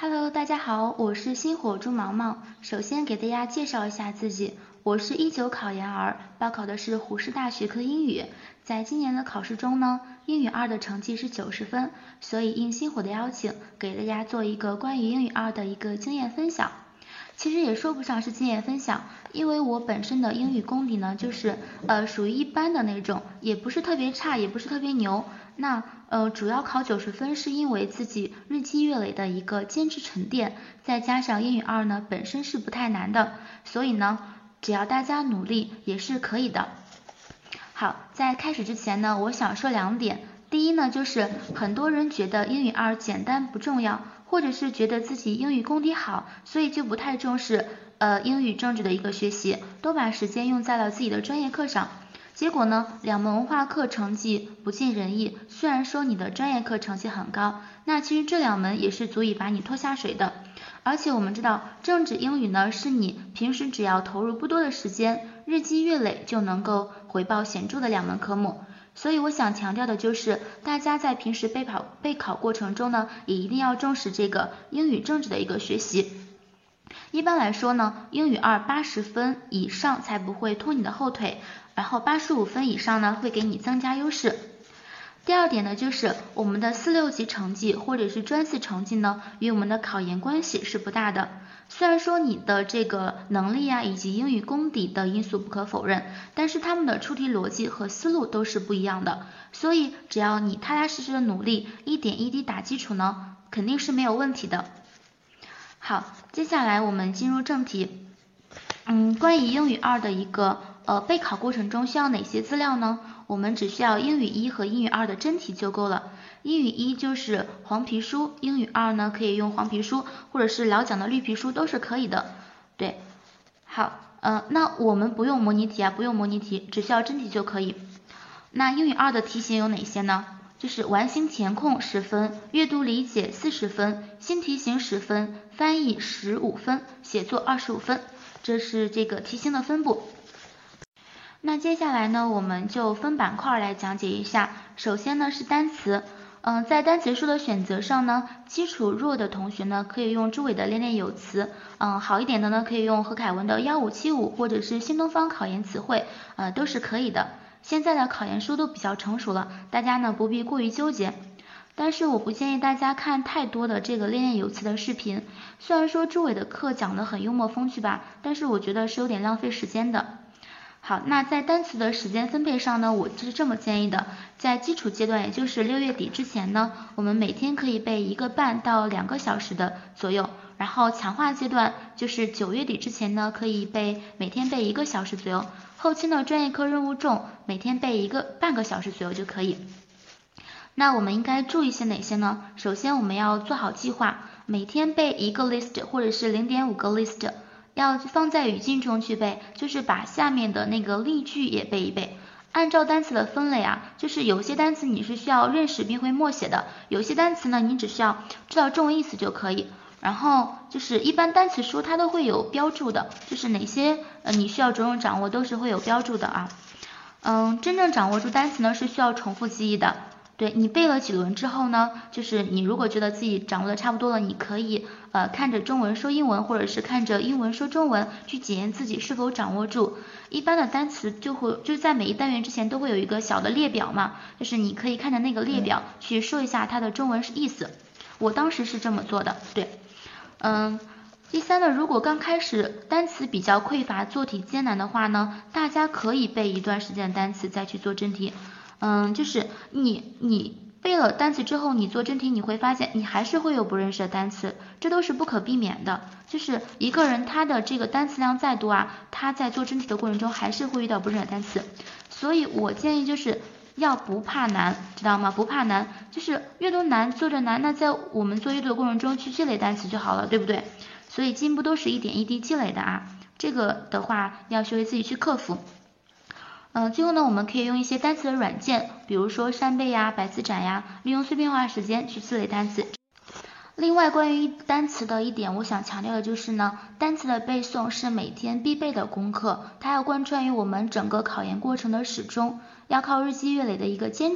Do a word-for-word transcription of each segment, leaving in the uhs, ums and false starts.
Hello，大家好，我是星火猪毛毛。首先给大家介绍一下自己，我是一九考研儿，报考的是湖师大学科英语。在今年的考试中呢，英语二的成绩是九十分，所以应星火的邀请，给大家做一个关于英语二的一个经验分享。其实也说不上是经验分享，因为我本身的英语功底呢，就是呃属于一般的那种，也不是特别差，也不是特别牛。那呃主要考九十分是因为自己日积月累的一个坚持沉淀，再加上英语二呢本身是不太难的，所以呢只要大家努力也是可以的。好，在开始之前呢，我想说两点。第一呢，就是很多人觉得英语二简单不重要，或者是觉得自己英语功底好，所以就不太重视呃英语政治的一个学习，都把时间用在了自己的专业课上。结果呢，两门文化课成绩不尽人意。虽然说你的专业课成绩很高，那其实这两门也是足以把你拖下水的。而且我们知道，政治英语呢，是你平时只要投入不多的时间，日积月累就能够回报显著的两门科目。所以我想强调的就是，大家在平时备考备考过程中呢，也一定要重视这个英语政治的一个学习。一般来说呢，英语二八十分以上才不会拖你的后腿，然后八十五分以上呢会给你增加优势。第二点呢，就是我们的四六级成绩或者是专四成绩呢，与我们的考研关系是不大的。虽然说你的这个能力啊以及英语功底的因素不可否认，但是他们的出题逻辑和思路都是不一样的，所以只要你踏踏实实的努力，一点一滴打基础呢，肯定是没有问题的。好，接下来我们进入正题。嗯，关于英语二的一个呃备考过程中需要哪些资料呢？我们只需要英语一和英语二的真题就够了。英语一就是黄皮书，英语二呢可以用黄皮书或者是老蒋的绿皮书都是可以的。对，好，呃，那我们不用模拟题啊，不用模拟题，只需要真题就可以。那英语二的题型有哪些呢？就是完形填空十分，阅读理解四十分，新题型十分，翻译十五分，写作二十五分，这是这个题型的分布。那接下来呢，我们就分板块来讲解一下。首先呢是单词，嗯、呃，在单词数的选择上呢，基础弱的同学呢可以用朱伟的练练有词，嗯、呃，好一点的呢可以用何凯文的幺五七五或者是新东方考研词汇，呃，都是可以的。现在的考研书都比较成熟了，大家呢不必过于纠结。但是我不建议大家看太多的这个练练有词的视频，虽然说朱伟的课讲得很幽默风趣吧，但是我觉得是有点浪费时间的。好，那在单词的时间分配上呢，我是这么建议的，在基础阶段，也就是六月底之前呢，我们每天可以背一个半到两个小时的左右，然后强化阶段就是九月底之前呢，可以背每天背一个小时左右，后期呢专业课任务重，每天背一个半个小时左右就可以。那我们应该注意些哪些呢？首先我们要做好计划，每天背一个 list 或者是 零点五个 list。要放在语境中去背，就是把下面的那个例句也背一背。按照单词的分类啊，就是有些单词你是需要认识并会默写的，有些单词呢你只需要知道中文意思就可以。然后就是一般单词书它都会有标注的，就是哪些呃你需要着重掌握都是会有标注的啊。嗯，真正掌握住单词呢是需要重复记忆的。对，你背了几轮之后呢，就是你如果觉得自己掌握的差不多了，你可以呃看着中文说英文，或者是看着英文说中文，去检验自己是否掌握住。一般的单词就会就在每一单元之前都会有一个小的列表嘛，就是你可以看着那个列表去说一下它的中文意思。我当时是这么做的，对，嗯。第三呢，如果刚开始单词比较匮乏，做题艰难的话呢，大家可以背一段时间的单词再去做真题。嗯，就是你你背了单词之后，你做真题你会发现你还是会有不认识的单词，这都是不可避免的。就是一个人他的这个单词量再多啊，他在做真题的过程中还是会遇到不认识的单词。所以我建议就是要不怕难，知道吗？不怕难，就是阅读难做着难，那在我们做阅读的过程中去积累单词就好了，对不对？所以进步都是一点一滴积累的啊，这个的话要学会自己去克服。呃，最后呢，我们可以用一些单词的软件，比如说扇贝呀、百词斩呀，利用碎片化时间去积累单词。另外，关于单词的一点，我想强调的就是呢，单词的背诵是每天必备的功课，它要贯穿于我们整个考研过程的始终，要靠日积月累的一个坚持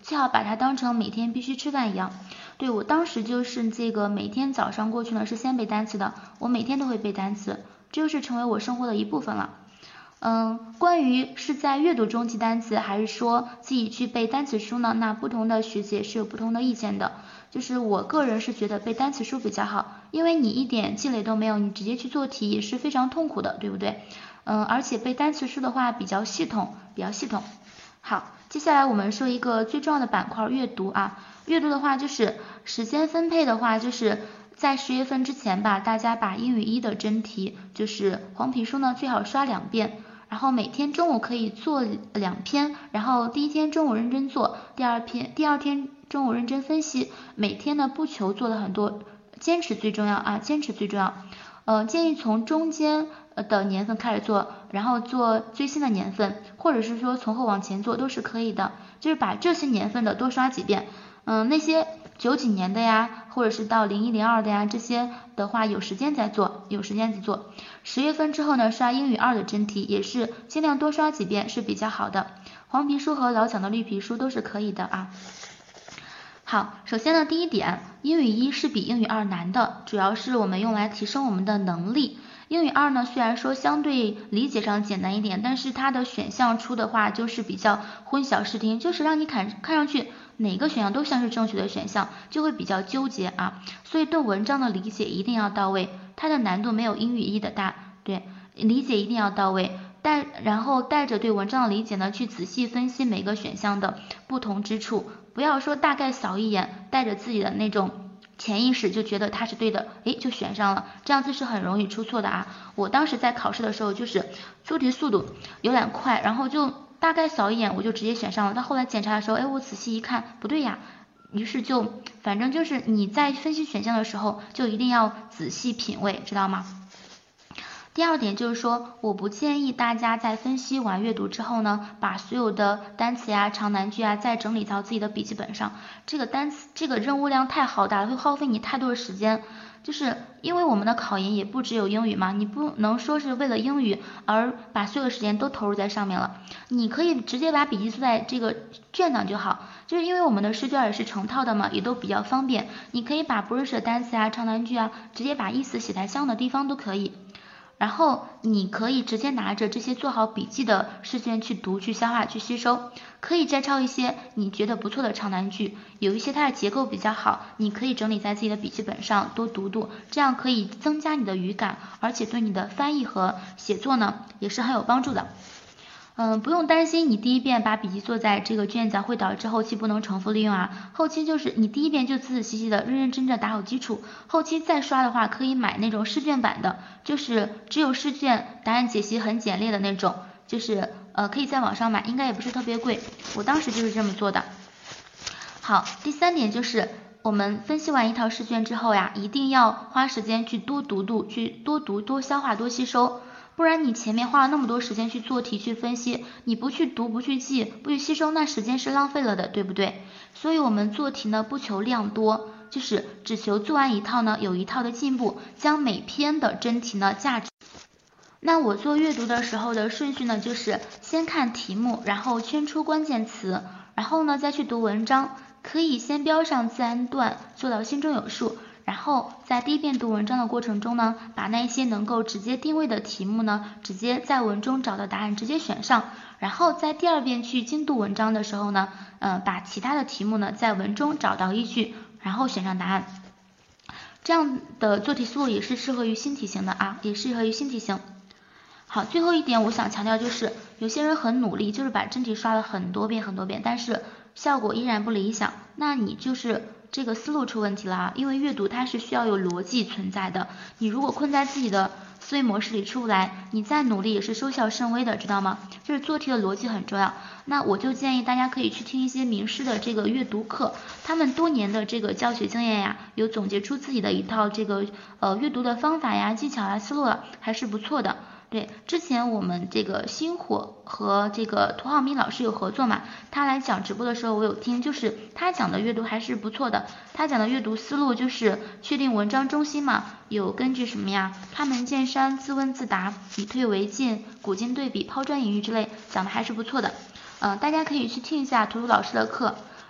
最好把它当成每天必须吃饭一样。对，我当时就是这个每天早上过去呢是先背单词的，我每天都会背单词，这就是成为我生活的一部分了。嗯，关于是在阅读中记单词，还是说自己去背单词书呢？那不同的学姐是有不同的意见的。就是我个人是觉得背单词书比较好，因为你一点积累都没有，你直接去做题也是非常痛苦的，对不对？嗯，而且背单词书的话比较系统，比较系统。好，接下来我们说一个最重要的板块，阅读啊。阅读的话就是时间分配的话，就是在十月份之前吧，大家把英语一的真题，就是黄皮书呢最好刷两遍。然后每天中午可以做两篇，然后第一天中午认真做，第二篇第二天中午认真分析。每天呢不求做了很多，坚持最重要啊，坚持最重要。呃，建议从中间的年份开始做，然后做最新的年份，或者是说从后往前做都是可以的。就是把这些年份的多刷几遍。嗯，那些九几年的呀，或者是到零一零二的呀，这些的话有时间再做，有时间再做。十月份之后呢，刷英语二的真题也是尽量多刷几遍是比较好的。黄皮书和老蒋的绿皮书都是可以的啊。好，首先呢，第一点，英语一是比英语二难的，主要是我们用来提升我们的能力。英语二呢，虽然说相对理解上简单一点，但是它的选项出的话就是比较混淆视听，就是让你看看上去哪个选项都像是正确的选项，就会比较纠结啊。所以对文章的理解一定要到位，它的难度没有英语一的大，对，理解一定要到位。带然后带着对文章的理解呢，去仔细分析每个选项的不同之处，不要说大概扫一眼，带着自己的那种潜意识就觉得它是对的，诶，就选上了，这样子是很容易出错的啊。我当时在考试的时候就是做题速度有点快，然后就大概扫一眼我就直接选上了，到后来检查的时候，诶，我仔细一看不对呀，于是就反正就是你在分析选项的时候就一定要仔细品味，知道吗？第二点就是说，我不建议大家在分析完阅读之后呢，把所有的单词呀、长难句啊再整理到自己的笔记本上。这个单词这个任务量太浩大了，会耗费你太多的时间。就是因为我们的考研也不只有英语嘛，你不能说是为了英语而把所有的时间都投入在上面了。你可以直接把笔记做在这个卷上就好，就是因为我们的试卷也是成套的嘛，也都比较方便。你可以把不认识的单词啊、长难句啊，直接把意思写在相应的地方都可以。然后你可以直接拿着这些做好笔记的试卷去读、去消化、去吸收，可以摘抄一些你觉得不错的长难句，有一些它的结构比较好，你可以整理在自己的笔记本上多读读，这样可以增加你的语感，而且对你的翻译和写作呢也是很有帮助的。嗯，不用担心你第一遍把笔记做在这个卷子会导致后期不能重复利用啊。后期就是你第一遍就仔仔细细的认认真真打好基础，后期再刷的话可以买那种试卷版的，就是只有试卷答案解析很简练的那种，就是呃可以在网上买，应该也不是特别贵，我当时就是这么做的。好，第三点就是我们分析完一套试卷之后呀，一定要花时间去多读读，去多读多消化多吸收。不然你前面花了那么多时间去做题去分析，你不去读不去记不去吸收，那时间是浪费了的，对不对？所以我们做题呢不求量多，就是只求做完一套呢有一套的进步，将每篇的真题呢价值。那我做阅读的时候的顺序呢，就是先看题目，然后圈出关键词，然后呢再去读文章，可以先标上自然段，做到心中有数。然后在第一遍读文章的过程中呢，把那些能够直接定位的题目呢，直接在文中找到答案直接选上，然后在第二遍去精读文章的时候呢，嗯、呃，把其他的题目呢在文中找到依据，然后选上答案。这样的做题思路也是适合于新题型的啊，也适合于新题型。好，最后一点我想强调就是，有些人很努力，就是把真题刷了很多遍很多遍，但是效果依然不理想，那你就是这个思路出问题了啊，因为阅读它是需要有逻辑存在的，你如果困在自己的思维模式里出不来，你再努力也是收效甚微的，知道吗？就是做题的逻辑很重要。那我就建议大家可以去听一些名师的这个阅读课，他们多年的这个教学经验呀，有总结出自己的一套这个呃阅读的方法呀、技巧啊、思路啊，还是不错的。对，之前我们这个星火和这个涂浩明老师有合作嘛，他来讲直播的时候我有听，就是他讲的阅读还是不错的，他讲的阅读思路就是确定文章中心嘛，有根据什么呀，开门见山、自问自答、以退为进、古今对比、抛砖引玉之类，讲的还是不错的。嗯、呃，大家可以去听一下涂涂老师的课。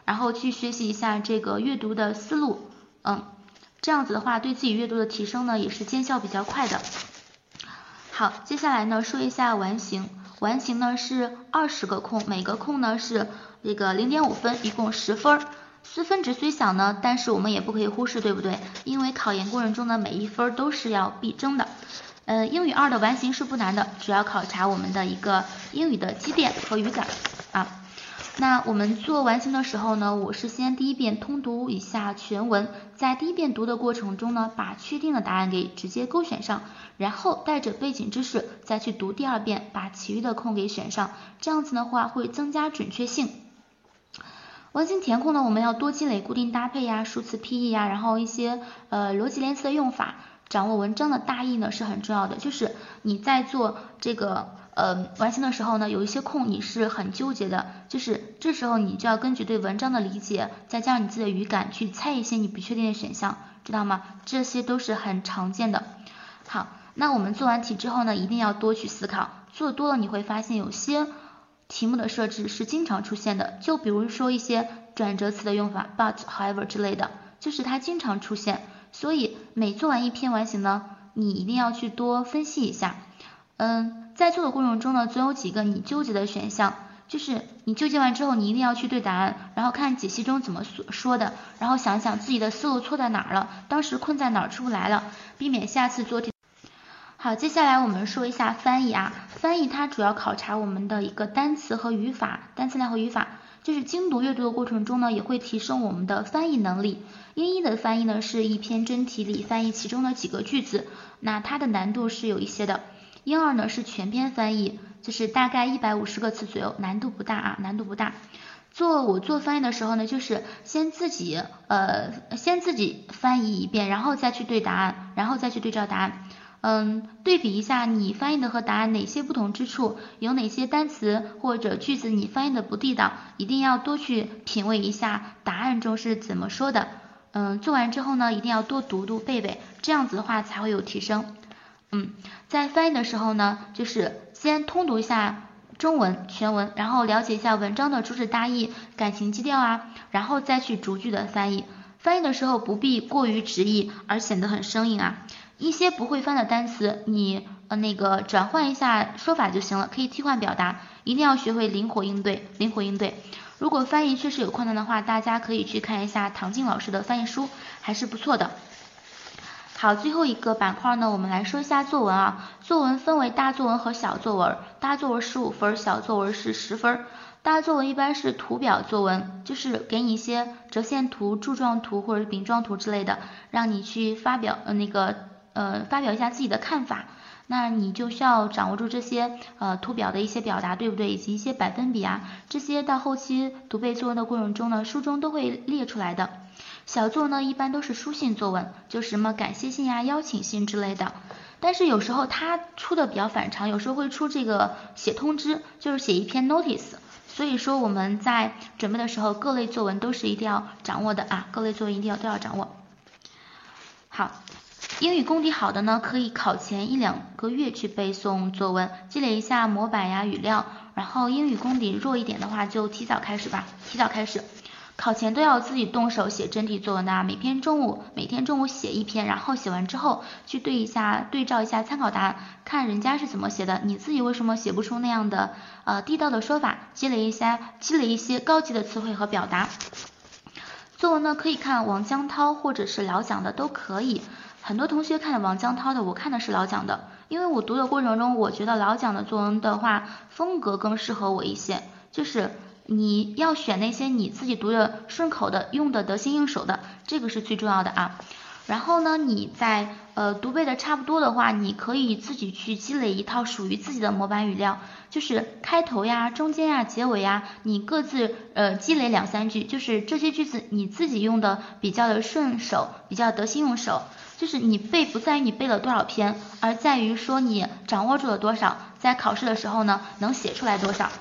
然后去学习一下这个阅读的思路，嗯，这样子的话对自己阅读的提升呢也是见效比较快的。好，接下来呢说一下完形，完形呢是二十个空，每个空呢是这个 零点五 分，一共十分。思分值虽小呢，但是我们也不可以忽视，对不对？因为考研过程中的每一分都是要必争的。呃，英语二的完形是不难的，主要考察我们的一个英语的积淀和语感啊。那我们做完形的时候呢，我是先第一遍通读一下全文，在第一遍读的过程中呢，把确定的答案给直接勾选上，然后带着背景知识再去读第二遍，把其余的空给选上，这样子的话会增加准确性。完形填空呢，我们要多积累固定搭配呀、数词拼译呀，然后一些呃逻辑连词的用法，掌握文章的大意呢是很重要的。就是你在做这个呃完形的时候呢，有一些空你是很纠结的，就是这时候你就要根据对文章的理解，再加上你自己的语感去猜一些你不确定的选项，知道吗？这些都是很常见的。好，那我们做完题之后呢，一定要多去思考，做多了你会发现有些题目的设置是经常出现的，就比如说一些转折词的用法 but however 之类的，就是它经常出现，所以每做完一篇完形呢，你一定要去多分析一下。嗯，在做的过程中呢，总有几个你纠结的选项，就是你纠结完之后，你一定要去对答案，然后看解析中怎么说的，然后想想自己的思路错在哪儿了，当时困在哪儿出不来了，避免下次做题。好，接下来我们说一下翻译啊，翻译它主要考察我们的一个单词和语法，单词量和语法，就是精读阅读的过程中呢，也会提升我们的翻译能力。英一的翻译呢是一篇真题里翻译其中的几个句子，那它的难度是有一些的。英二呢是全篇翻译，就是大概一百五十个词左右，难度不大啊，难度不大。做我做翻译的时候呢，就是先自己呃先自己翻译一遍，然后再去对答案，然后再去对照答案。嗯，对比一下你翻译的和答案哪些不同之处，有哪些单词或者句子你翻译的不地道，一定要多去品味一下答案中是怎么说的。嗯，做完之后呢，一定要多读读背背，这样子的话才会有提升。嗯，在翻译的时候呢，就是先通读一下中文全文，然后了解一下文章的主旨大意、感情基调啊，然后再去逐句的翻译。翻译的时候不必过于直译，而显得很生硬啊。一些不会翻的单词，你呃那个转换一下说法就行了，可以替换表达，一定要学会灵活应对，灵活应对。如果翻译确实有困难的话，大家可以去看一下唐静老师的翻译书，还是不错的。好，最后一个板块呢，我们来说一下作文啊。作文分为大作文和小作文，大作文十五分，小作文是十分。大作文一般是图表作文，就是给你一些折线图、柱状图或者饼状图之类的，让你去发表呃那个呃发表一下自己的看法。那你就需要掌握住这些呃图表的一些表达，对不对？以及一些百分比啊，这些到后期读背作文的过程中呢，书中都会列出来的。小作文呢，一般都是书信作文，就什么感谢信呀、邀请信之类的。但是有时候它出的比较反常，有时候会出这个写通知，就是写一篇 notice。所以说我们在准备的时候，各类作文都是一定要掌握的啊，各类作文一定要都要掌握。好，英语功底好的呢，可以考前一两个月去背诵作文，积累一下模板呀、语料。然后英语功底弱一点的话，就提早开始吧，提早开始。考前都要自己动手写真题作文的啊，每篇中午每天中午写一篇，然后写完之后去对一下对照一下参考答案，看人家是怎么写的，你自己为什么写不出那样的呃地道的说法，积累一下积累一些高级的词汇和表达。作文呢可以看王江涛或者是老蒋的都可以，很多同学看的王江涛的，我看的是老蒋的，因为我读的过程中我觉得老蒋的作文的话风格更适合我一些，就是你要选那些你自己读的顺口的，用的得心应手的，这个是最重要的啊。然后呢，你在呃读背的差不多的话，你可以自己去积累一套属于自己的模板语料，就是开头呀、中间呀、结尾呀，你各自呃积累两三句，就是这些句子你自己用的比较的顺手，比较得心应手。就是你背不在于你背了多少篇，而在于说你掌握住了多少，在考试的时候呢能写出来多少。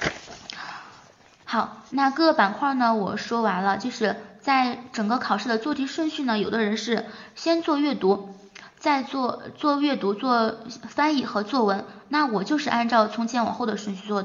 好，那各个板块呢我说完了，就是在整个考试的做题顺序呢，有的人是先做阅读，再做做阅读做翻译和作文，那我就是按照从前往后的顺序做的。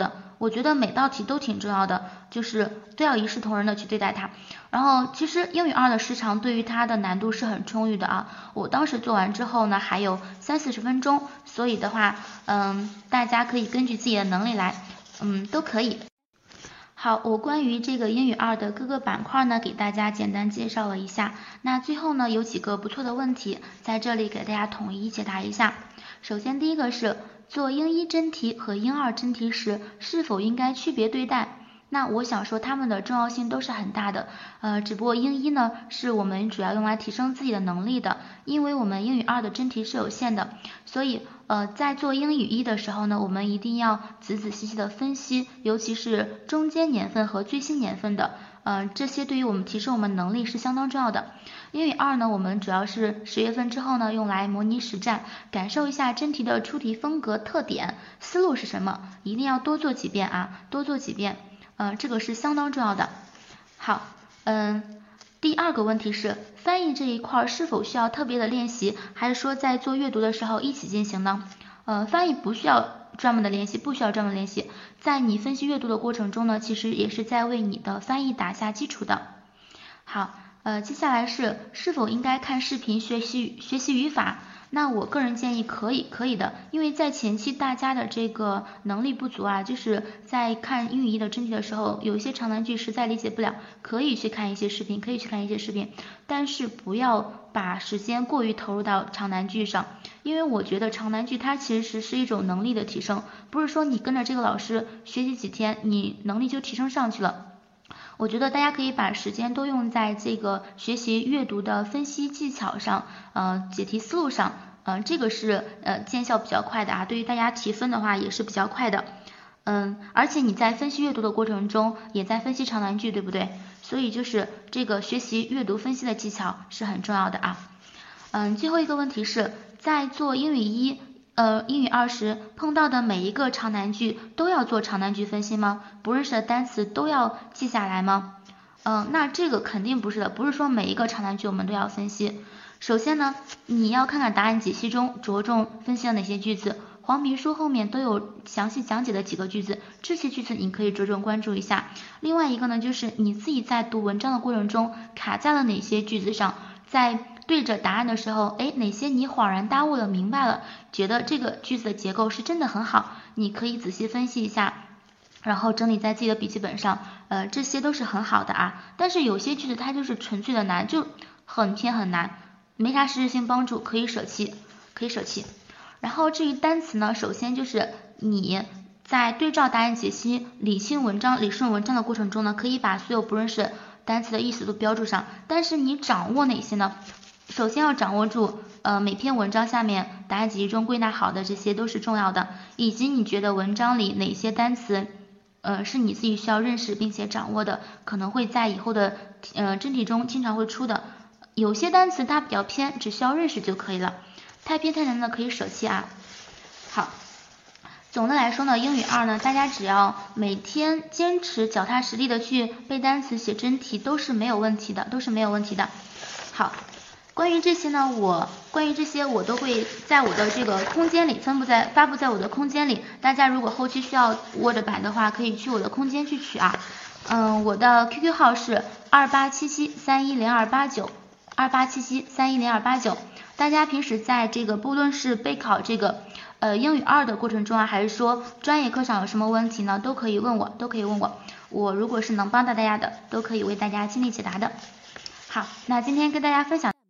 我觉得每道题都挺重要的，就是都要一视同仁的去对待它。然后其实英语二的时长对于它的难度是很充裕的啊，我当时做完之后呢还有三四十分钟，所以的话嗯大家可以根据自己的能力来，嗯都可以。好，我关于这个英语二的各个板块呢，给大家简单介绍了一下。那最后呢，有几个不错的问题，在这里给大家统一解答一下。首先，第一个是做英一真题和英二真题时，是否应该区别对待？那我想说，它们的重要性都是很大的，呃，只不过英一呢，是我们主要用来提升自己的能力的，因为我们英语二的真题是有限的，所以呃，在做英语一的时候呢，我们一定要仔仔细细的分析，尤其是中间年份和最新年份的，呃，这些对于我们提升我们能力是相当重要的。英语二呢，我们主要是十月份之后呢，用来模拟实战，感受一下真题的出题风格特点，思路是什么，一定要多做几遍啊，多做几遍。呃，这个是相当重要的。好，嗯，第二个问题是翻译这一块是否需要特别的练习，还是说在做阅读的时候一起进行呢？呃，翻译不需要专门的练习，不需要专门练习，在你分析阅读的过程中呢，其实也是在为你的翻译打下基础的。好，呃，接下来是是否应该看视频学习学习语法？那我个人建议可以，可以的，因为在前期大家的这个能力不足啊，就是在看英语一的真题的时候，有一些长难句实在理解不了，可以去看一些视频，可以去看一些视频，但是不要把时间过于投入到长难句上，因为我觉得长难句它其实是一种能力的提升，不是说你跟着这个老师学习几天，你能力就提升上去了。我觉得大家可以把时间都用在这个学习阅读的分析技巧上，呃，解题思路上，嗯、呃，这个是呃见效比较快的啊。对于大家提分的话也是比较快的，嗯，而且你在分析阅读的过程中也在分析长难句，对不对？所以就是这个学习阅读分析的技巧是很重要的啊。嗯，最后一个问题是在做英语一。呃，英语二时碰到的每一个长难句都要做长难句分析吗？不认识的单词都要记下来吗？嗯、呃，那这个肯定不是的，不是说每一个长难句我们都要分析。首先呢，你要看看答案解析中着重分析了哪些句子，黄皮书后面都有详细讲解的几个句子，这些句子你可以着重关注一下。另外一个呢，就是你自己在读文章的过程中卡在了哪些句子上，在对着答案的时候，哎，哪些你恍然大悟了，明白了，觉得这个句子的结构是真的很好，你可以仔细分析一下，然后整理在自己的笔记本上，呃，这些都是很好的啊。但是有些句子它就是纯粹的难，就很偏很难，没啥实质性帮助，可以舍弃，可以舍弃。然后至于单词呢，首先就是你在对照答案解析、理清文章、理顺文章的过程中呢，可以把所有不认识单词的意思都标注上，但是你掌握哪些呢？首先要掌握住，呃，每篇文章下面答案解析中归纳好的，这些都是重要的，以及你觉得文章里哪些单词，呃，是你自己需要认识并且掌握的，可能会在以后的呃真题中经常会出的。有些单词它比较偏，只需要认识就可以了，太偏太难的可以舍弃啊。好。总的来说呢，英语二呢，大家只要每天坚持脚踏实地的去背单词、写真题，都是没有问题的，都是没有问题的。好。关于这些呢，我关于这些我都会在我的这个空间里分布在发布在我的空间里，大家如果后期需要 Word 版的话，可以去我的空间去取啊。嗯，我的 Q Q 号是二八七七三一零二八九，二八七七三一零二八九。大家平时在这个不论是备考这个呃英语二的过程中啊，还是说专业课上有什么问题呢，都可以问我，都可以问我。我如果是能帮到大家的，都可以为大家尽力解答的。好，那今天跟大家分享。